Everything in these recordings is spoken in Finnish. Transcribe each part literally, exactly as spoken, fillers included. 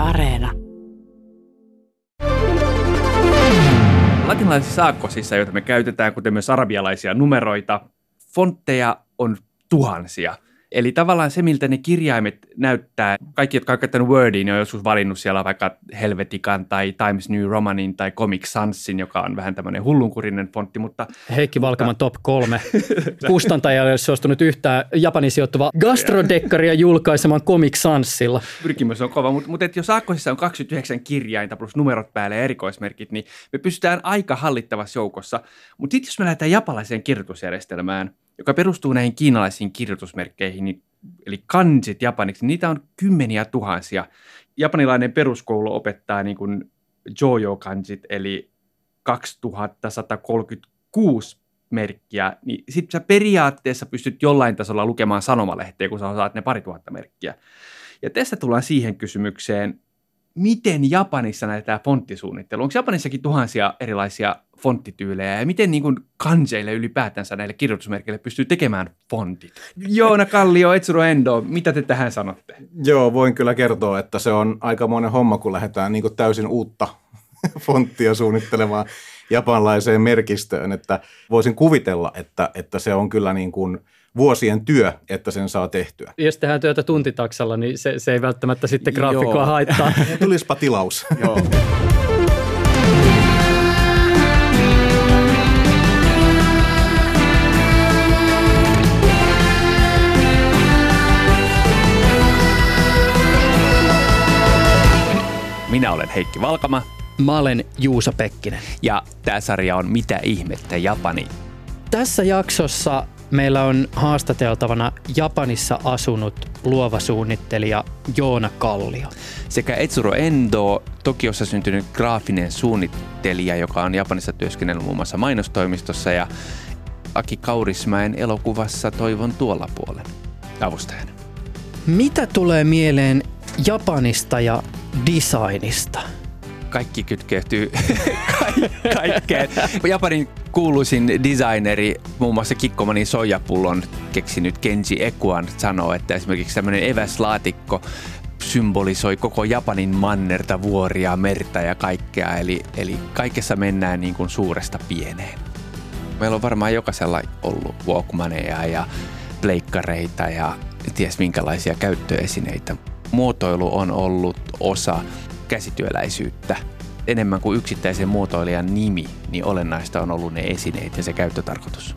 Areena. Latinalaisissa aakkosissa, joita me käytetään, kuten myös arabialaisia numeroita, fontteja on tuhansia. Eli tavallaan se, miltä ne kirjaimet näyttää, kaikki, jotka ovat käyttäneet Wordia, niin on joskus valinnut siellä vaikka Helvetican tai Times New Romanin tai Comic Sansin, joka on vähän tämmöinen hullunkurinen fontti, mutta... Heikki Valkaman top kolme. Kustantaja ei ole suostunut yhtään Japanin sijoittuvaa gastrodekkaria julkaisemaan Comic Sansilla. Pyrkimys on kova, mutta, mutta jos aakkosissa on kaksikymmentäyhdeksän kirjainta plus numerot päälle ja erikoismerkit, niin me pystytään aika hallittavassa joukossa. Mutta sitten jos me lähdetään japalaiseen kirjoitusjärjestelmään, joka perustuu näihin kiinalaisiin kirjoitusmerkkeihin, niin, eli kanjit japaniksi, niitä on kymmeniä tuhansia. Japanilainen peruskoulu opettaa niin kuin jojo-kanjit, eli kaksituhattasata kolmekymmentäkuusi merkkiä, niin sitten sä periaatteessa pystyt jollain tasolla lukemaan sanomalehteä, kun sä osaat ne pari tuhatta merkkiä. Ja tästä tullaan siihen kysymykseen, miten Japanissa näytetään fonttisuunnittelu? Onko Japanissakin tuhansia erilaisia fonttityylejä ja miten niin kuin kanjeille ylipäätänsä näille kirjoitusmerkeille pystyy tekemään fontit? Joona Kallio, Etsuro Endo, mitä te tähän sanotte? Joo, voin kyllä kertoa, että se on aikamoinen homma, kun lähdetään niin kuin täysin uutta fonttia suunnittelemaan japanlaiseen merkistöön. Että voisin kuvitella, että, että se on kyllä niin kuin vuosien työ, että sen saa tehtyä. Jos tehdään työtä tuntitaksalla, niin se, se ei välttämättä sitten graafikkoa Joo. haittaa. Tulispa tilaus. Joo. Minä olen Heikki Valkama. Mä olen Juuso Pekkinen. Ja tämä sarja on Mitä ihmettä Japani. Tässä jaksossa meillä on haastateltavana Japanissa asunut luova suunnittelija Joona Kallio. Sekä Etsuro Endo, Tokiossa syntynyt graafinen suunnittelija, joka on Japanissa työskennellyt muun muassa mainostoimistossa, ja Aki Kaurismäen elokuvassa Toivon tuolla puolen avustajana. Mitä tulee mieleen Japanista ja designista? Kaikki kytkeytyy ka- kaikkeen. Japanin kuuluisin designeri, muun muassa Kikkomanin soijapullon keksinyt Kenji Ekuan sanoo, että esimerkiksi tämmöinen eväslaatikko symbolisoi koko Japanin mannerta, vuoria, merta ja kaikkea. Eli, eli kaikessa mennään niin kuin suuresta pieneen. Meillä on varmaan jokaisella ollut Walkmaneja ja pleikkareita ja ties minkälaisia käyttöesineitä. Muotoilu on ollut osa käsityöläisyyttä. Enemmän kuin yksittäisen muotoilijan nimi, niin olennaista on ollut ne esineet ja se käyttötarkoitus.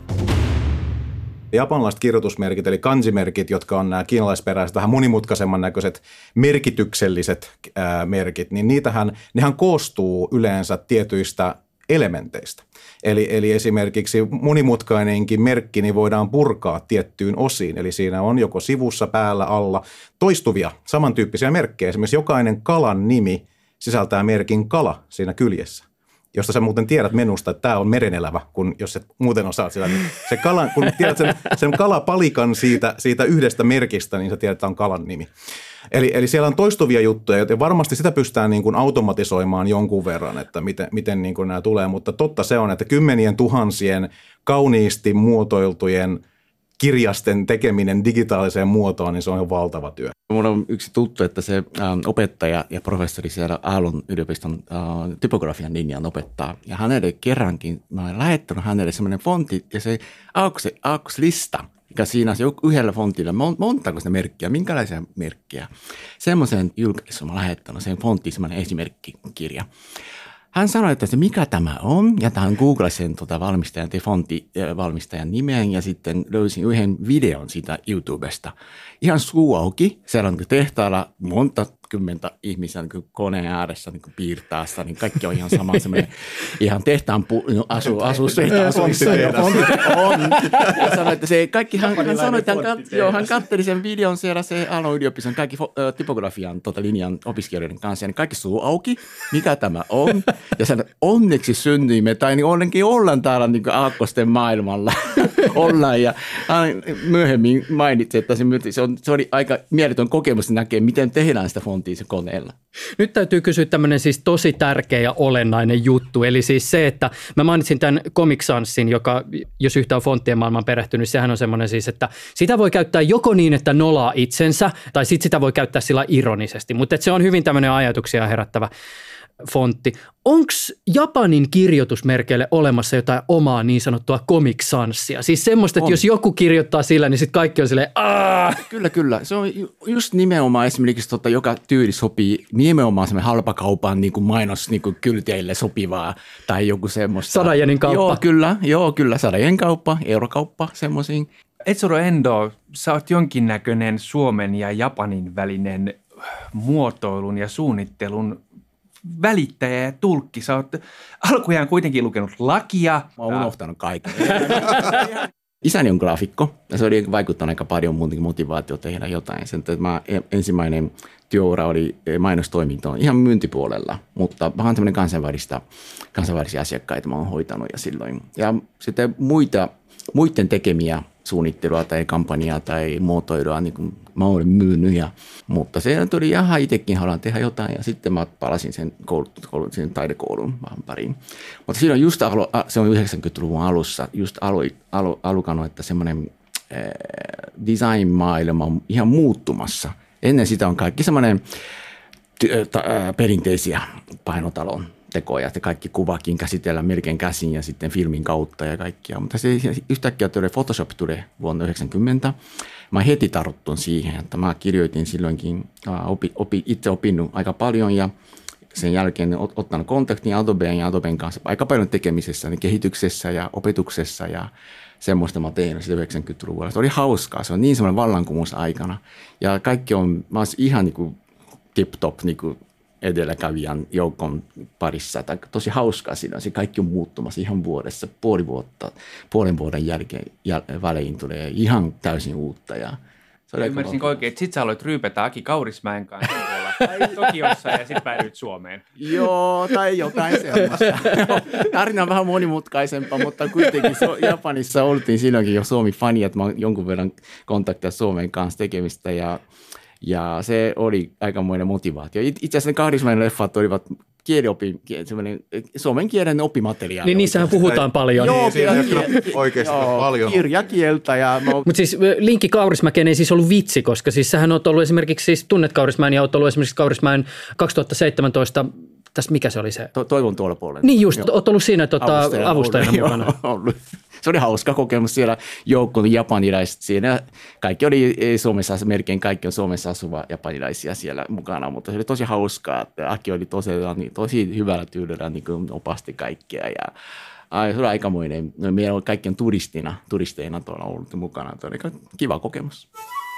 Japanilaiset kirjoitusmerkit, eli kanjimerkit, jotka on nämä kiinalaisperäiset, vähän monimutkaisemman näköiset merkitykselliset ää, merkit, niin niitähän, nehän koostuu yleensä tietyistä elementeistä. Eli, eli esimerkiksi monimutkainenkin merkki niin voidaan purkaa tiettyyn osiin. Eli siinä on joko sivussa, päällä, alla toistuvia samantyyppisiä merkkejä. Esimerkiksi jokainen kalan nimi sisältää merkin kala siinä kyljessä, josta sä muuten tiedät menusta, että tämä on merenelävä, kun jos et muuten osaat sitä. Niin se kalan, kun tiedät sen, sen kalapalikan siitä, siitä yhdestä merkistä, niin sä tiedät, että tämä on kalan nimi. Eli, eli siellä on toistuvia juttuja, ja varmasti sitä pystytään niin kuin automatisoimaan jonkun verran, että miten, miten niin kuin nämä tulee. Mutta totta se on, että kymmenien tuhansien kauniisti muotoiltujen kirjasten tekeminen digitaaliseen muotoon, niin se on jo valtava työ. Minulla on yksi tuttu, että se ähm, opettaja ja professori siellä Aallon yliopiston äh, typografian linjan opettaa. Ja hänelle kerrankin, mä olen lähettänyt hänelle semmoinen fontti, ja se aakkoslista, mikä siinä on yhdellä fontilla, montako sitä merkkiä, minkälaisia merkkiä. Semmoisen julkaisuun mä olen lähettänyt, sen fontti, semmoinen esimerkkikirja. Hän sanoi, että se mikä tämä on, ja hän googlasi sen tuota valmistajan, te fonttivalmistajan nimen, ja sitten löysin yhden videon siitä YouTubesta. Ihan suu auki, siellä on tehtaalla monta kymmentä ihmisiä niin koneen ääressä niin piirtää sitä, niin kaikki on ihan sama semmoinen, ihan tehtaan pu- asu, asusteita, asusteita on. Ja sanoi, että se kaikki, hän, hän sanoi, että hän, kat, joo, hän katteli sen videon siellä se Aallon yliopiston kaikki äh, typografian tota, linjan opiskelijoiden kanssa, ja niin kaikki suu auki, mikä tämä on. Ja sanoi, onneksi synnyimme, tai niin onnekin ollaan täällä niin aakkosten maailmalla. ollaan. Ja myöhemmin mainitsin, että se, se, on, se oli aika mieletön kokemus näkee, miten tehdään sitä fonttia se koneella. Nyt täytyy kysyä tämmöinen siis tosi tärkeä ja olennainen juttu, eli siis se, että mä mainitsin tämän Comic Sansin, joka jos yhtään fonttien maailman perehtynyt, sehän on semmoinen siis, että sitä voi käyttää joko niin, että nolaa itsensä, tai sitten sitä voi käyttää sillä ironisesti, mutta se on hyvin tämmöinen ajatuksia herättävä fontti. Onko Japanin kirjoitusmerkeille olemassa jotain omaa niin sanottua Comic Sansia? Siis semmoista, että on. Jos joku kirjoittaa sillä, niin sitten kaikki on silleen aah! Kyllä, kyllä. Se on just nimenomaan esimerkiksi, tota, joka tyyli sopii nimenomaan semmoinen halpakaupan niin kuin mainos niin kuin kylteille sopivaa tai joku semmoista. Sadajenin kauppa. Joo, kyllä. Joo, kyllä. Sadajen kauppa, eurokauppa, semmoisiin. Etsuro Endo, sä oot jonkinnäköinen Suomen ja Japanin välinen muotoilun ja suunnittelun välittäjä ja tulkki. Sä oot alkujaan kuitenkin lukenut lakia. Mä oon unohtanut kaiken. Isäni on graafikko ja se oli vaikuttanut aika paljon muutenkin motivaatio tehdä jotain. Sen, että mä ensimmäinen työura oli mainostoimintoon ihan myyntipuolella, mutta vähän tämmöinen kansainvälistä, kansainvälisiä asiakkaita mä oon hoitanut ja silloin. Ja sitten muita, muiden tekemiä suunnittelua tai kampanjaa tai muotoilua, niin kuin mä olen myynyt. Ja, mutta se tuli ihan itsekin haluan tehdä jotain ja sitten mä palasin sen, koulut, koulut, sen taidekoulun vähän pariin. Mutta silloin just, alu, se on yhdeksänkymmentäluvun alussa, just alu, alu, alukannut, että semmoinen äh, design-maailma on ihan muuttumassa. Ennen sitä on kaikki semmoinen äh, perinteisiä painotalon tekoja, että kaikki kuvakin käsitellään melkein käsin ja sitten filmin kautta ja kaikkia. Mutta se yhtäkkiä tuli, Photoshop tuli vuonna yhdeksänkymmentä. Mä heti tarttun siihen, että mä kirjoitin silloinkin, opi, opi, itse opinnut aika paljon ja sen jälkeen ottanut kontaktin Adobeen ja Adoben kanssa aika paljon tekemisessä, niin kehityksessä ja opetuksessa ja semmoista mä tein sitten yhdeksänkymmentäluvulla. Se oli hauskaa, se on niin semmoinen vallankumous aikana ja kaikki on, mä olisin ihan niin kuin tip-top niin kuin edelläkävijän joukon parissa. Tai tosi hauskaa siinä. Se kaikki on muuttumassa ihan vuodessa. Puoli vuotta, puolen vuoden jälkeen jäl- välein tulee ihan täysin uutta. Ja se ymmärsinkö oikein, että sit sä aloit ryypätä Aki Kaurismäen kanssa tuolla Tokiossa ja sit päädyit Suomeen? Joo, tai jotain semmoista. Tarina on vähän monimutkaisempaa, mutta kuitenkin Japanissa oltiin silloinkin jo Suomi-fani, että mä oon jonkun verran kontaktia Suomen kanssa tekemistä ja Ja se oli aikamoinen motivaatio. Itse asiassa ne Kaurismäen leffat olivat kieliopi, suomen kielen oppimateriaali. Niin niissähän puhutaan paljon. Joo, siinä oikeasti joo, paljon. Kirjakieltä. Ja mä... Mutta siis linkki Kaurismäkeen ei siis ollut vitsi, koska siis sähän oot ollut esimerkiksi, siis tunnet Kaurismäen ja oot ollut esimerkiksi Kaurismäen kaksituhattaseitsemäntoista, tässä mikä se oli se? To, toivon tuolla puolella. Niin just, joo. Oot ollut siinä tota, avustajana, avustajana ollut, mukana. Joo, ollut. Se oli hauska kokemus siellä, joukko japanilaiset siinä. Kaikki oli Suomessa, melkein kaikki on Suomessa asuva japanilaisia siellä mukana, mutta se oli tosi hauskaa. Aki oli tosi, tosi hyvällä tyylillä, niin kuin opasti kaikkea. Ja, ai, se oli aikamoinen. Meillä oli kaikkien turistina, turisteina tuolla ollut mukana. Se oli kiva kokemus.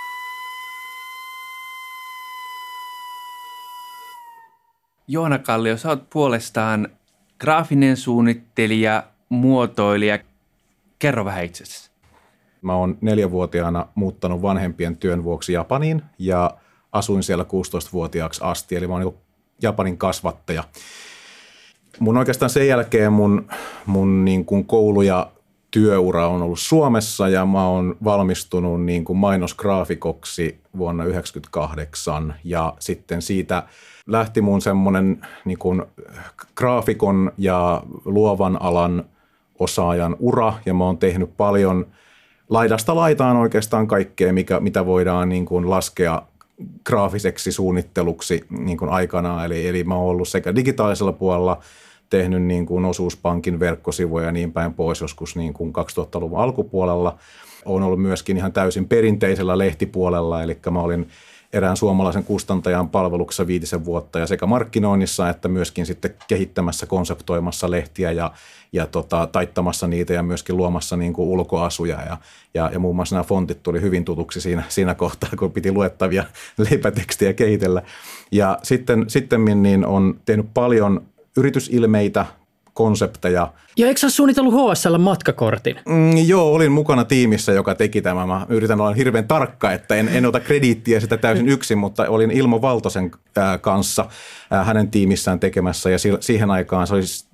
Joona Kallio, sä oot puolestaan graafinen suunnittelija, muotoilija. Kerro vähän itsestäsi. Mä oon neljävuotiaana muuttanut vanhempien työn vuoksi Japaniin ja asuin siellä kuusitoistavuotiaaksi asti, eli mä oon niin Japanin kasvattaja. Mun oikeastaan sen jälkeen mun, mun niin kuin koulu ja työura on ollut Suomessa ja mä oon valmistunut niin kuin mainosgraafikoksi vuonna yhdeksänkymmentäkahdeksan ja sitten siitä lähti mun semmoinen niin kuin graafikon ja luovan alan osaajan ura ja mä oon tehnyt paljon laidasta laitaan oikeastaan kaikkea, mikä, mitä voidaan niin kuin laskea graafiseksi suunnitteluksi niin kuin aikanaan. Eli, eli mä oon ollut sekä digitaalisella puolella tehnyt niin kuin osuuspankin verkkosivuja ja niin päin pois joskus niin kuin kaksituhattaluvun alkupuolella. Oon ollut myöskin ihan täysin perinteisellä lehtipuolella, eli mä olin erään suomalaisen kustantajan palveluksessa viitisen vuotta ja sekä markkinoinnissa että myöskin sitten kehittämässä, konseptoimassa lehtiä ja, ja tota, taittamassa niitä ja myöskin luomassa niin kuin ulkoasuja. Ja, ja, ja muun muassa nämä fontit tuli hyvin tutuksi siinä, siinä kohtaa, kun piti luettavia leipätekstiä kehitellä. Ja sitten sittemmin niin on tehnyt paljon yritysilmeitä, konsepteja. Ja eikö sä ole suunnitellut H S L-matkakortin? Mm, joo, olin mukana tiimissä, joka teki tämän. Mä yritän olla hirveän tarkka, että en, en ota krediittiä sitä täysin yksin, mutta olin Ilmo Valtosen äh, kanssa äh, hänen tiimissään tekemässä. Ja si- siihen aikaan se oli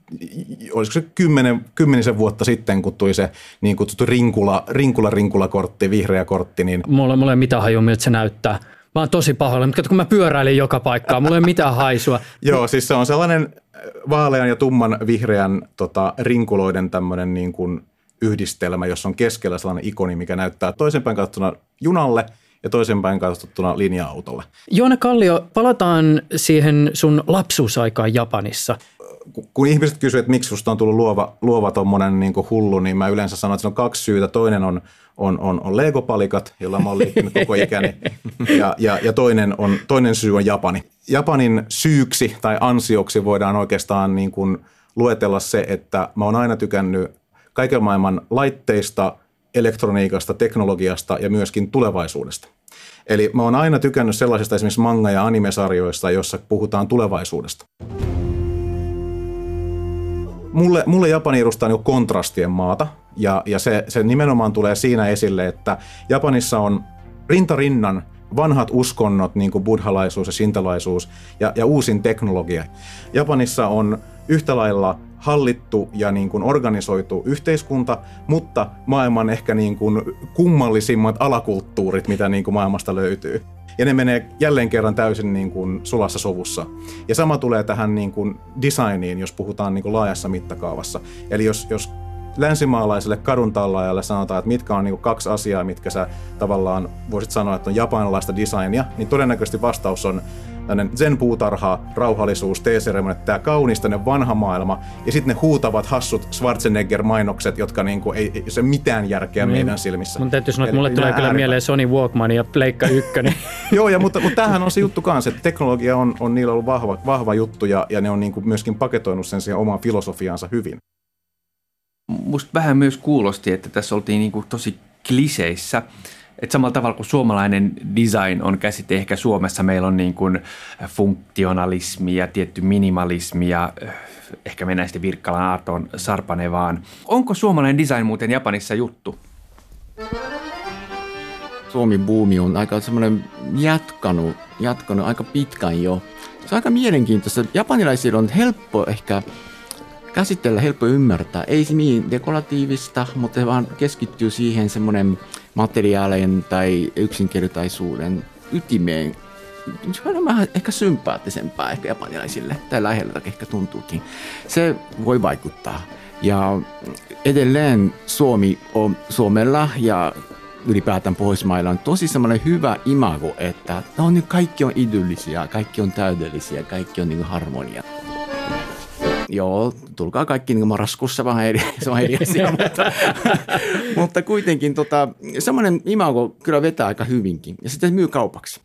olisiko se kymmenen, kymmenisen vuotta sitten, kun tuli se niin kutsuttu rinkula, rinkula, rinkula-kortti, vihreä kortti. Niin mulla, mulla ei mitään hajua, miltä se näyttää. Mä oon tosi pahoilla, mutta kun mä pyöräilin joka paikkaan, mulla ei ole mitään haisua. Joo, siis se on sellainen vaalean ja tumman vihreän tota, rinkuloiden tämmöinen niin kuin yhdistelmä, jossa on keskellä sellainen ikoni, mikä näyttää toisenpäin katsottuna junalle ja toisenpäin katsottuna linja-autolle. Joona Kallio, palataan siihen sun lapsuusaikaan Japanissa. Kun ihmiset kysyvät, että miksi susta on tullut luova, luova tommonen niin kuin hullu, niin mä yleensä sanon, että siinä on kaksi syytä. Toinen on, on, on, on Lego-palikat, jolla mä oon liikkunut koko ikäni, ja, ja, ja toinen, on, toinen syy on Japani. Japanin syyksi tai ansioksi voidaan oikeastaan niin kuin luetella se, että mä oon aina tykännyt kaiken maailman laitteista, elektroniikasta, teknologiasta ja myöskin tulevaisuudesta. Eli mä oon aina tykännyt sellaisista esimerkiksi manga- ja animesarjoista, jossa puhutaan tulevaisuudesta. Mulle, mulle Japani edustaa niin kontrastien maata, ja, ja se, se nimenomaan tulee siinä esille, että Japanissa on rintarinnan vanhat uskonnot, niin kuin buddhalaisuus ja shintalaisuus, ja, ja uusin teknologia. Japanissa on yhtä lailla hallittu ja niin kuin organisoitu yhteiskunta, mutta maailman ehkä niin kuin kummallisimmat alakulttuurit, mitä niin kuin maailmasta löytyy. Ja ne menee jälleen kerran täysin niin kuin sulassa sovussa. Ja sama tulee tähän niin kuin designiin, jos puhutaan niin kuin laajassa mittakaavassa. Eli jos, jos länsimaalaiselle kaduntallaajalle sanotaan, että mitkä on niin kuin kaksi asiaa, mitkä sä tavallaan voisit sanoa, että on japanilaista designia, niin todennäköisesti vastaus on tämmöinen zen-puutarha, rauhallisuus, teeseremonit, tämä kaunistainen vanha maailma, ja sitten ne huutavat hassut Schwarzenegger-mainokset, jotka niinku ei, ei se mitään järkeä niin, meidän silmissä. Mun täytyy sanoa, että mulle tulee kyllä mieleen Sony Walkman ja Pleikka ykkönen. Joo, ja, mutta, mutta tämähän on se juttu kanssa, että teknologia on, on niillä ollut vahva, vahva juttu, ja, ja ne on niinku myöskin paketoinut sen siihen omaan filosofiaansa hyvin. Musta vähän myös kuulosti, että tässä oltiin niinku tosi kliseissä. Että samalla tavalla kuin suomalainen design on käsite, ehkä Suomessa meillä on niin kuin funktionalismi ja tietty minimalismi ja ehkä mennään sitten Virkkalan Aartoon Sarpanevaan. Onko suomalainen design muuten Japanissa juttu? Suomi-buumi on aika semmoinen jatkanut, jatkanut aika pitkään jo. Se on aika mielenkiintoista. Japanilaisilla on helppo ehkä käsitellä, helppo ymmärtää. Ei niin dekoratiivista, mutta se vaan keskittyy siihen semmoinen materiaalien tai yksinkertaisuuden ytimeen. Se on vähän ehkä sympaattisempaa ehkä japanilaisille, tai lähellä ehkä tuntuukin. Se voi vaikuttaa. Ja edelleen Suomi on, Suomella ja ylipäätään Pohjoismailla on tosi semmoinen hyvä imago, että no, niin kaikki on idyllisiä, kaikki on täydellisiä, kaikki on niin kuin harmonia. Joo, tulkaa kaikki niin kuin marraskuussa vähän eri, se on eri asia, mutta, mutta kuitenkin tota, semmoinen imago kyllä vetää aika hyvinkin ja sitten myy kaupaksi.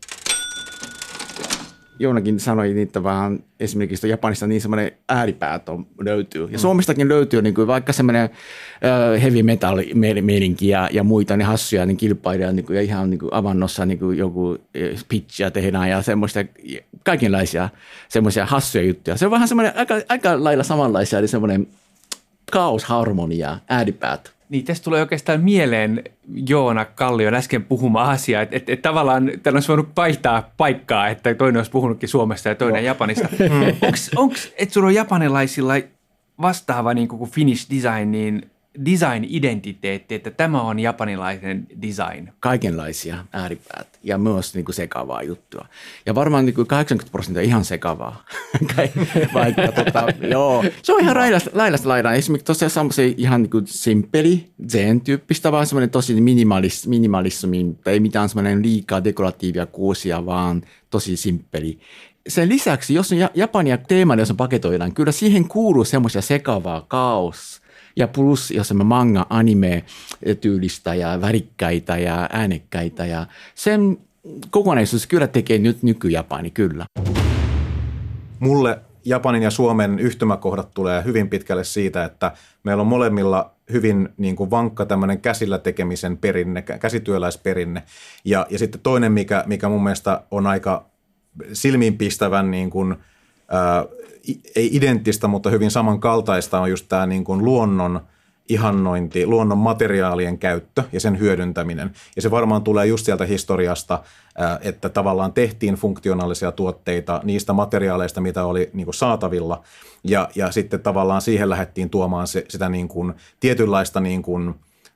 Joonakin sanoi niitä vähän esimerkiksi Japanista niin semmoinen ääripäät on, löytyy. Ja Suomestakin löytyy niin kuin vaikka semmoinen äh, heavy metal meininki ja, ja muita niin hassuja niin kilpailijoita niin kuin, ja ihan niin kuin avannossa niin kuin joku pitchiä tehdään ja semmoista kaikenlaisia semmoisia hassuja juttuja. Se on vähän semmoinen aika, aika lailla samanlaisia, eli semmoinen kaosharmonia, ääripäät. Niin, tästä tulee oikeastaan mieleen Joona Kallion äsken puhuma asia, että et, et tavallaan täällä olisi voinut vaihtaa paikkaa, että toinen olisi puhunutkin Suomesta ja toinen Japanista. Onko, että sun on japanilaisilla vastaava niin kuin Finnish design, niin design-identiteetti, että tämä on japanilainen design? Kaikenlaisia ääripäät ja myös niin kuin sekavaa juttua. Ja varmaan niin kuin kahdeksankymmentä prosenttia ihan sekavaa. Vaikka, tota, joo. Se on ihan laidasta, laidasta laidaan. Esimerkiksi tosiaan semmoisen ihan niin kuin simppeli, zen-tyyppistä, vaan semmoinen tosi minimalis, minimalismi, ei mitään semmoinen liikaa dekoratiivia kuusia, vaan tosi simppeli. Sen lisäksi, jos on Japania teemana, jos on paketoidaan, kyllä siihen kuuluu semmoisia sekavaa kaos. Ja plus, jos me manga, anime tyylistä ja värikkäitä ja äänekkäitä ja sen kokonaisuus kyllä tekee nyt nyky-Japani, kyllä. Mulle Japanin ja Suomen yhtymäkohdat tulee hyvin pitkälle siitä, että meillä on molemmilla hyvin niin kuin vankka tämmöinen käsillä tekemisen perinne, käsityöläisperinne. Ja, ja sitten toinen, mikä, mikä mun mielestä on aika silmiinpistävän niin kuin, ää, ei identtistä, mutta hyvin samankaltaista on just tämä niin kuin luonnon ihannointi, luonnon materiaalien käyttö ja sen hyödyntäminen. Ja se varmaan tulee just sieltä historiasta, että tavallaan tehtiin funktionaalisia tuotteita niistä materiaaleista, mitä oli niin kuin saatavilla. Ja, ja sitten tavallaan siihen lähdettiin tuomaan se, sitä niin kuin tietynlaista, niin kuin,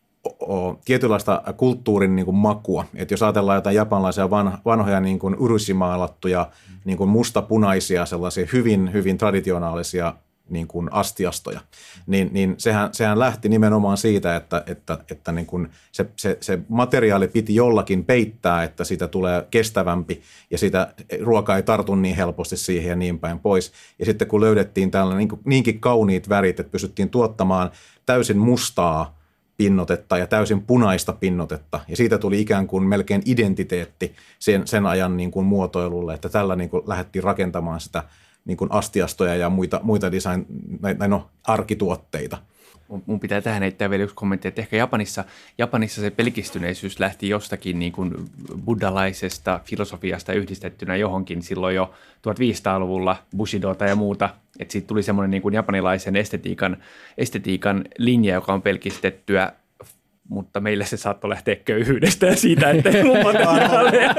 o, o, tietynlaista kulttuurin niin kuin makua. Että jos ajatellaan jotain japanlaisia vanha, vanhoja niin kuin urushi-maalattuja, niin kuin mustapunaisia, sellaisia hyvin, hyvin traditionaalisia niin kuin astiastoja, niin, niin sehän, sehän lähti nimenomaan siitä, että, että, että niin kuin se, se, se materiaali piti jollakin peittää, että siitä tulee kestävämpi ja sitä ruoka ei tartu niin helposti siihen ja niin päin pois. Ja sitten kun löydettiin tällainen niin kuin, niinkin kauniit värit, että pystyttiin tuottamaan täysin mustaa pinnotetta ja täysin punaista pinnotetta. Ja siitä tuli ikään kuin melkein identiteetti sen, sen ajan niin kuin muotoilulle, että tällä niin kuin lähdettiin rakentamaan sitä niin kuin astiastoja ja muita, muita design, näin, no, arkituotteita. Mun pitää tähän heittää vielä yksi kommentti, että ehkä Japanissa, Japanissa se pelkistyneisyys lähti jostakin niin kuin buddhalaisesta filosofiasta yhdistettynä johonkin silloin jo tuhatviisisataaluvulla Bushidota ja muuta. Että siitä tuli semmoinen niin kuin japanilaisen estetiikan, estetiikan linja, joka on pelkistettyä, mutta meille se saattoi lähteä köyhyydestä ja siitä, että ei ollut materiaaleja.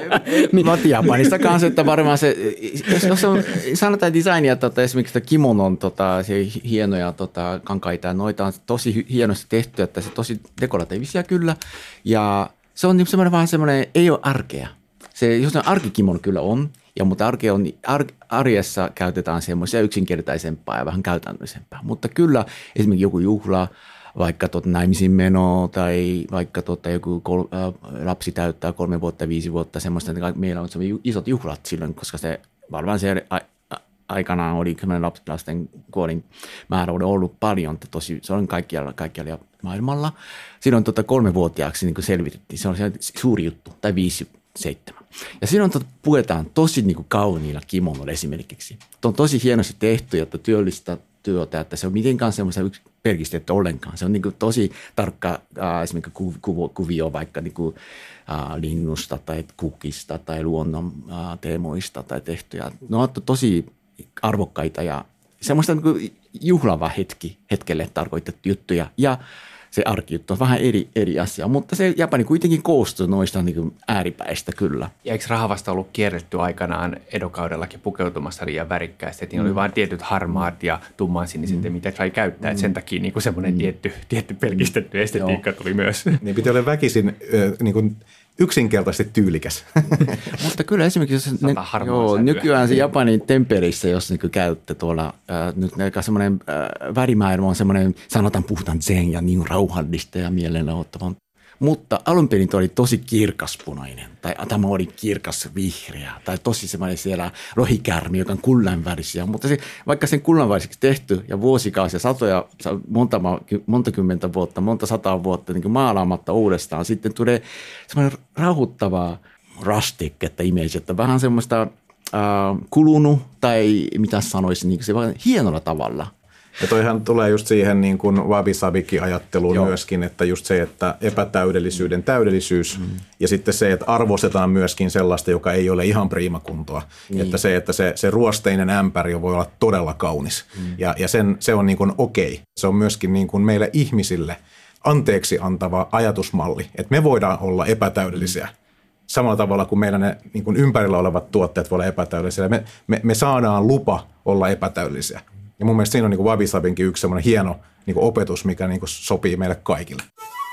Mutta Japanista kanssa, että varmaan se, jos, jos on, sanotaan designia, tota, esimerkiksi kimonon tota, se hienoja tota, kankaita ja noita on tosi hienosti tehty, että se tosi dekoratiivisia kyllä. Ja se on semmoinen vähän semmoinen, ei ole arkea. Se, jos on arkikimono kyllä on, ja mutta arke on, ar, arjessa käytetään semmoisia yksinkertaisempaa ja vähän käytännöllisempää. Mutta kyllä esimerkiksi joku juhla, vaikka tot, naimisiin meno tai vaikka tota, joku kol, äh, lapsi täyttää kolme vuotta, viisi vuotta, semmoista, että meillä on isot juhlat silloin, koska se varmaan se a, a, aikanaan oli laps, lasten kuolin määrä oli ollut paljon, että tosi, se on kaikkialla, kaikkialla maailmalla. Silloin tota, kolmevuotiaaksi niin selvitettiin, se on se suuri juttu, tai viisi, seitsemän. Ja silloin tota, puetaan tosi niin kuin kauniilla kimonolla esimerkiksi. Tuo on tosi hienosti tehty, jotta työllistää työtä, että se on mitenkään semmoista pelkistetty ollenkaan. Se on niin kuin tosi tarkka äh, esimerkiksi ku, ku, kuvio vaikka niin kuin, äh, linnusta tai kukista tai luonnon äh, teemoista tai tehtyjä. Ne on tosi arvokkaita ja semmoista niin kuin juhlava hetki, hetkelle tarkoitettu juttuja ja se arkijuttu on vähän eri, eri asia, mutta se Japani kuitenkin koostuu noista niin kuin ääripäistä kyllä. Ja eikö rahavasta ollut kierretty aikanaan Edo-kaudellakin pukeutumassa liian värikkäästi, että mm. oli vain tietyt harmaat ja tummansiniset, mm. mitä sai käyttää, että sen takia niin kuin semmoinen mm. tietty, tietty pelkistetty estetiikka Joo. tuli myös. Niin piti olla väkisin äh, niin kuin yksinkertaisesti tyylikäs. Mutta kyllä esimerkiksi, jos ne, joo, nykyään se Japanin tempeleissä, jos niin käytte tuolla, äh, nyt semmoinen äh, värimaailma on semmoinen, sanotaan puhutaan zen ja niin rauhallista ja mielenauhoittavan. Mutta alun perin oli tosi kirkaspunainen, tai tämä oli kirkas vihreä, tai tosi semmoinen siellä lohikärmi, joka on kullanvärisiä. Mutta se, vaikka sen kullanväriseksi tehty ja vuosikausia, satoja, monta, monta kymmentä vuotta, monta sataa vuotta niin maalaamatta uudestaan, sitten tulee semmoinen rauhoittava rustic, että image, että vähän semmoista äh, kulunut, tai mitä sanoisin, niin se vaan hienolla tavalla. Ja toihan tulee just siihen niin kuin wabi-sabikin-ajatteluun Joo. myöskin, että just se, että epätäydellisyyden täydellisyys mm. ja sitten se, että arvostetaan myöskin sellaista, joka ei ole ihan priimakuntoa. Niin. Että se, että se, se ruosteinen ämpäri voi olla todella kaunis mm. ja, ja sen, se on niin kuin okei. Se on myöskin niin kuin meille ihmisille anteeksi antava ajatusmalli, että me voidaan olla epätäydellisiä. Samalla tavalla kuin meillä ne niin kuin ympärillä olevat tuotteet voi olla epätäydellisiä. Me, me, me saadaan lupa olla epätäydellisiä. Ja mun mielestä siinä on niin kuin wabi-sabinkin yksi semmoinen hieno niin kuin opetus, mikä niin kuin sopii meille kaikille.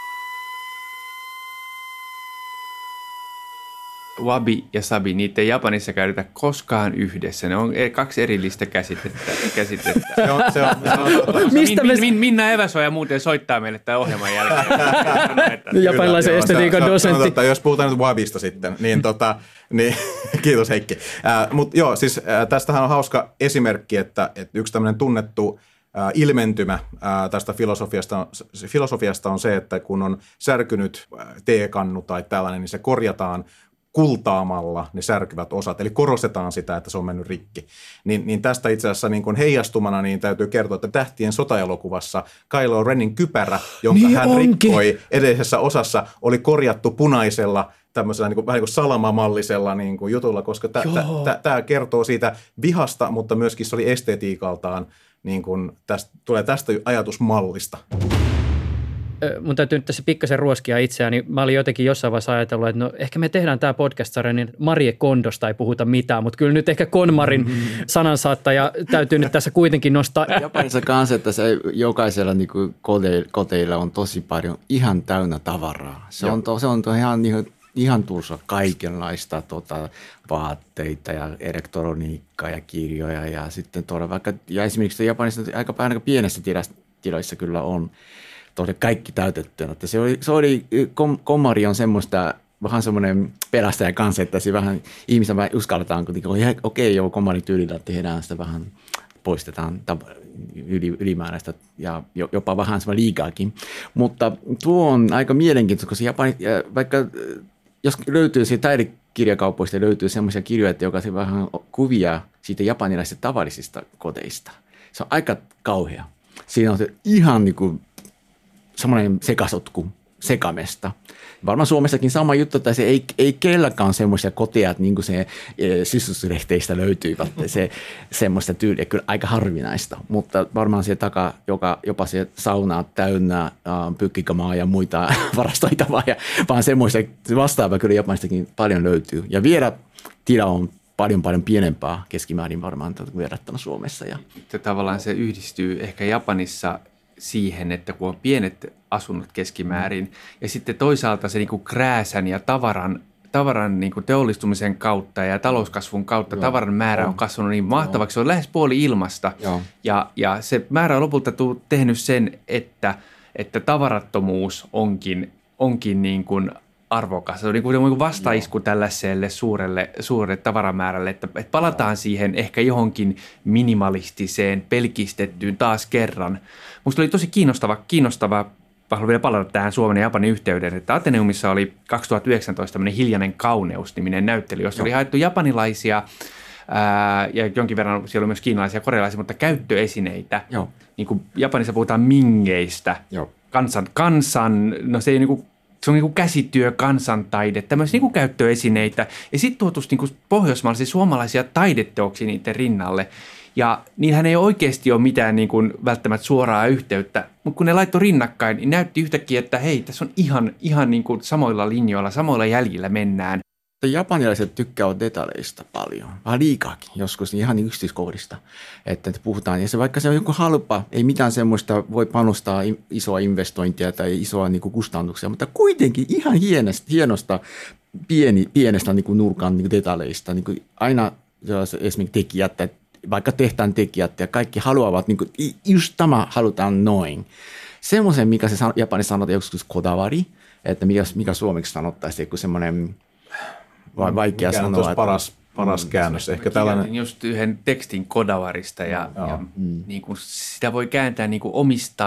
Wabi ja sabi, niitä ei Japanissa käytetä koskaan yhdessä. Ne on kaksi erillistä käsitettä. käsitettä. Se on, se on, se on, Mistä min, min, Minna Eväsoja muuten soittaa meille tämän ohjelman jälkeen. Japanilaisen estetiikan dosentti. Totta, jos puhutaan nyt wabista sitten, niin, tota, niin kiitos Heikki. Äh, Mutta joo, siis äh, tästähän on hauska esimerkki, että, että yksi tämmöinen tunnettu äh, ilmentymä äh, tästä filosofiasta, filosofiasta on se, että kun on särkynyt äh, teekannu tai tällainen, niin se korjataan kultaamalla ne särkyvät osat, eli korostetaan sitä, että se on mennyt rikki. Niin, niin tästä itse asiassa niin kuin heijastumana niin täytyy kertoa, että Tähtien sotaelokuvassa Kylo Renin kypärä, jonka niin hän onkin. rikkoi edellisessä osassa, oli korjattu punaisella tämmöisellä niin kuin, vähän niin kuin salamamallisella niin kuin jutulla, koska tämä kertoo siitä vihasta, mutta myöskin se oli estetiikaltaan niin kuin tästä, tulee tästä ajatusmallista. Mun täytyy nyt tässä pikkasen ruoskia itseäni. Mä olin jotenkin jossain vaiheessa ajatellut, että no ehkä me tehdään tämä podcast-sarja, niin Marie Kondosta ei puhuta mitään, mutta kyllä nyt ehkä Konmarin sanansaattaja täytyy nyt tässä kuitenkin nostaa. Japanissa kanssa, että se jokaisella niin kuin koteilla, koteilla on tosi paljon ihan täynnä tavaraa. Se Joo. on, to, se on to ihan, ihan, ihan tuossa kaikenlaista tota, vaatteita ja elektroniikkaa ja kirjoja ja sitten tuoda vaikka, ja esimerkiksi Japanissa aika, aika pienessä tiloissa kyllä on tosiaan kaikki täytettynä. Että se oli, se oli kom, Komari on semmoista, vähän semmoinen pelastaja kanssa, että se vähän ihmisen vähän uskalletaan, kun okei, okay, joo, Komarin tyylillä tehdään sitä vähän, poistetaan yli, ylimääräistä ja jopa vähän semmoinen liikaakin. Mutta tuo on aika mielenkiintoista, koska Japani, vaikka jos löytyy siitä taidekirjakaupoista, löytyy semmoisia kirjoja, joka on vähän kuvia siitä japanilaisista tavallisista koteista. Se on aika kauhea. Siinä on se ihan niin kuin semmoinen sekasotku, sekamesta. Varmaan Suomessakin sama juttu, että se ei, ei kelläkään semmoisia koteja, että niin kuin se e, sisustuslehteistä löytyivät. Se semmoista tyyliä, kyllä aika harvinaista, mutta varmaan se takaa joka, jopa se saunaa täynnä äh, pykkikamaa ja muita varastoita, vaan, vaan semmoista vastaavaa kyllä Japanistakin paljon löytyy. Ja vielä tila on paljon paljon pienempää keskimäärin varmaan verrattuna Suomessa. Ja. Tavallaan se yhdistyy ehkä Japanissa siihen, että kun on pienet asunnot keskimäärin ja sitten toisaalta se niin kuin krääsän ja tavaran, tavaran niin kuin teollistumisen kautta ja talouskasvun kautta Joo. tavaran määrä on kasvanut niin mahtavaksi. Se on lähes puoli ilmasta ja, ja se määrä on lopulta tehnyt sen, että, että tavarattomuus onkin, onkin niin kuin arvokas. Se on niin kuin vastaisku Joo. tällaiselle suurelle, suurelle tavaramäärälle, että, että palataan Joo. siihen ehkä johonkin minimalistiseen, pelkistettyyn taas kerran. Musta oli tosi kiinnostava, kiinnostava, haluan vielä palata tähän Suomen ja Japanin yhteyden, että Ateneumissa oli kaksituhattayhdeksäntoista tämmöinen Hiljainen kauneus-niminen näyttely, jossa Joo. oli haettu japanilaisia ää, ja jonkin verran siellä oli myös kiinalaisia ja korealaisia, mutta käyttöesineitä. Joo. Niin kuin Japanissa puhutaan mingeistä, Joo. kansan, kansan, no se ei niin kuin Se on niin kuin käsityö, kansantaide, tämmöisiä niin kuin käyttöesineitä. Ja sitten tuotus niin kuin pohjoismaalaisia suomalaisia taideteoksia niiden rinnalle. Ja niillähän ei oikeasti ole mitään niin kuin välttämättä suoraa yhteyttä. Mutta kun ne laittoi rinnakkain, niin näytti yhtäkkiä, että hei, tässä on ihan, ihan niin kuin samoilla linjoilla, samoilla jäljillä mennään. Japanilaiset tykkäävät detaileista paljon, vähän liikaakin joskus, ihan niin yksityiskohdista, että puhutaan. Ja se, vaikka se on joku halpa, ei mitään semmoista voi panostaa isoa investointia tai isoa niin kuin kustannuksia, mutta kuitenkin ihan hienosta, hienosta pieni, pienestä niin kuin nurkan niin kuin detaileista. Niin kuin aina esimerkiksi tekijät, vaikka tehtaan tekijät ja kaikki haluavat, niin kuin, just tämä halutaan noin. Semmoisen, mikä se Japanissa sanotaan joskus kodavari, että mikä, mikä suomeksi sanottaisiin, joku semmoinen vai vaikea mikä sanoa. Paras, paras mm, käännös. Ehkä tällainen. Just yhden tekstin kodavarista ja, ja, ja mm. niin kuin sitä voi kääntää niin kuin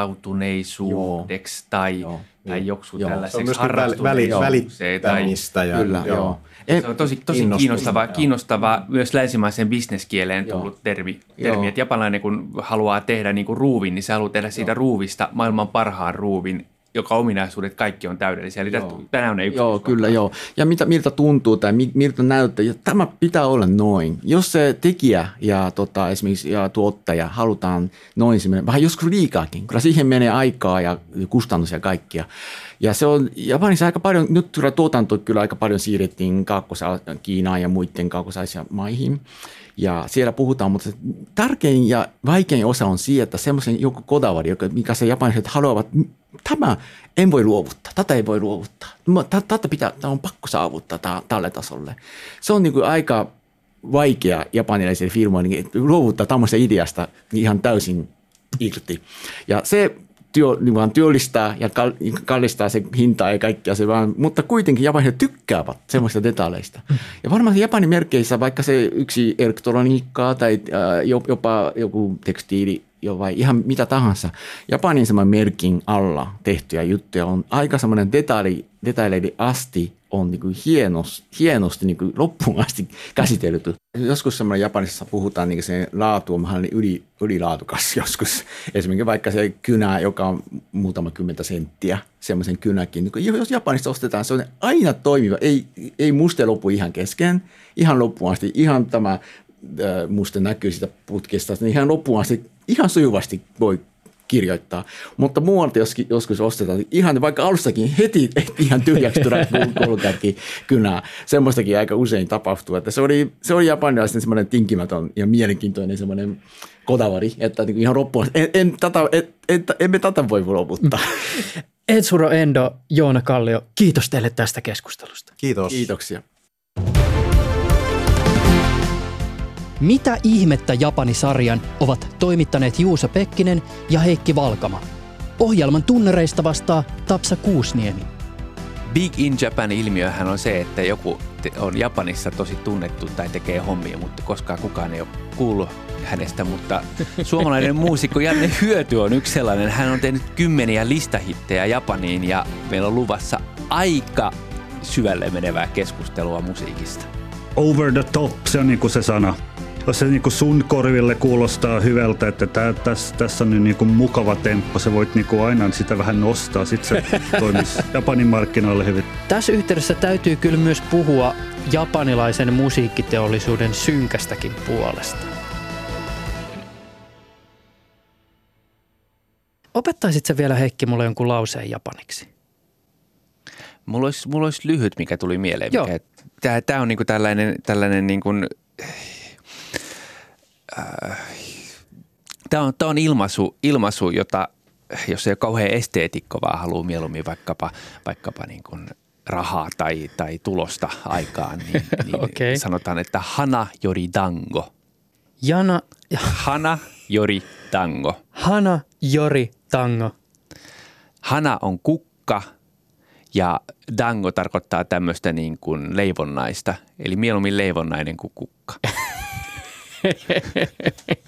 omistautuneisuudeksi tai, joo, tai joku tällaiseksi harrastuneisuudeksi. Välittämistä. Ja, kyllä, joo. joo. Se on tosi, tosi kiinnostava, kiinnostava myös länsimaiseen bisneskieleen tullut termi, termi että japanilainen kun haluaa tehdä niin kuin ruuvin, niin se haluaa tehdä siitä joo. ruuvista maailman parhaan ruuvin, joka ominaisuudet kaikki on täydellisiä. Eli tänään on ne Joo, kyllä joo. Ja mitä, miltä tuntuu tai miltä näyttää, ja tämä pitää olla noin. Jos se tekijä ja tota, esimerkiksi ja tuottaja halutaan noin, vähän joskus liikaakin, kyllä siihen menee aikaa ja kustannus ja kaikkia. Ja se on Japanissa aika paljon, nyt tuotanto kyllä aika paljon siirrettiin Kaakkois- Kiinaan ja muiden kaakkois-Aasian maihin. Ja siellä puhutaan, mutta tärkein ja vaikein osa on se, että semmoisen joku kodavari, mikä se japanilaiset haluavat, tämä en voi luovuttaa, tätä ei voi luovuttaa. Tätä pitää, tämä on pakko saavuttaa tälle tasolle. Se on niin kuin aika vaikea japanilaisille firmoille luovuttaa tämmöistä ideasta ihan täysin irti. Ja se työ, niin vaan työllistää ja kallistaa se hintaa ja kaikkea se vaan, mutta kuitenkin japanilaiset tykkäävät semmoista detaileista. Ja varmaan Japanin merkeissä, vaikka se yksi elektroniikkaa tai äh, jopa joku tekstiili jo vai ihan mitä tahansa, Japanin semmoinen merkin alla tehtyjä juttuja on aika semmoinen detaili, detaileiden asti on niin kuin hienosti, hienosti niin kuin loppuun asti käsitelty. Joskus semmoinen Japanissa puhutaan, niin se laatu on vähän yli, ylilaadukas joskus. Esimerkiksi vaikka se kynä, joka on muutama kymmentä senttiä, semmoisen kynäkin. Niin jos Japanissa ostetaan, se on aina toimiva. Ei, ei muste lopu ihan kesken, ihan loppuun asti. Ihan tämä musta näkyy sitä putkesta, niin ihan loppuun asti ihan sujuvasti voi kirjoittaa, mutta muualta joskin, joskus ostetaan ihan vaikka alussakin heti ihan tyhjäksi tulee koulukärki kynää. Semmoistakin aika usein tapahtuu, että se oli, se oli japanilaisten semmoinen tinkimätön ja mielenkiintoinen semmoinen kodavari, että niin ihan loppuun, en, en, tätä, en, en, emme tätä voi loputtaa. Etsuro Endo, Joona Kallio, kiitos teille tästä keskustelusta. Kiitos. Kiitoksia. Mitä ihmettä Japani-sarjan ovat toimittaneet Juuso Pekkinen ja Heikki Valkama. Ohjelman tunnereista vastaa Tapsa Kuusniemi. Big in Japan-ilmiöhän on se, että joku on Japanissa tosi tunnettu tai tekee hommia, mutta koskaan kukaan ei ole kuullut hänestä. Mutta suomalainen muusikko Janne Hyöty on yksi sellainen. Hän on tehnyt kymmeniä listahittejä Japaniin ja meillä on luvassa aika syvälle menevää keskustelua musiikista. Over the top, se on niinku se sana. Jos se niinku sun korville kuulostaa hyvältä, että tää, tässä, tässä on nyt niinku mukava temppo, sä voit niinku aina sitä vähän nostaa, sit se toimisi Japanin markkinoille hyvin. Tässä yhteydessä täytyy kyllä myös puhua japanilaisen musiikkiteollisuuden synkästäkin puolesta. Opettaisit sä vielä, Heikki, mulle jonkun lauseen japaniksi? Mulla olisi, mulla olisi lyhyt, mikä tuli mieleen. Joo. Mikä, tää, tää on niinku tällainen, tällainen niinku, äh, tää on, tää on ilmaisu, ilmaisu, jota, jos ei ole kauhean esteetikko, vaan haluaa mieluummin vaikkapa, vaikkapa niinku rahaa tai, tai tulosta aikaan, niin, niin okay. Sanotaan, että hana yori dango. Jana, Hana yori dango. hana yori tango. Hana on kukka. Ja dango tarkoittaa tämmöistä niin kuin leivonnaista, eli mieluummin leivonnainen kuin kukka.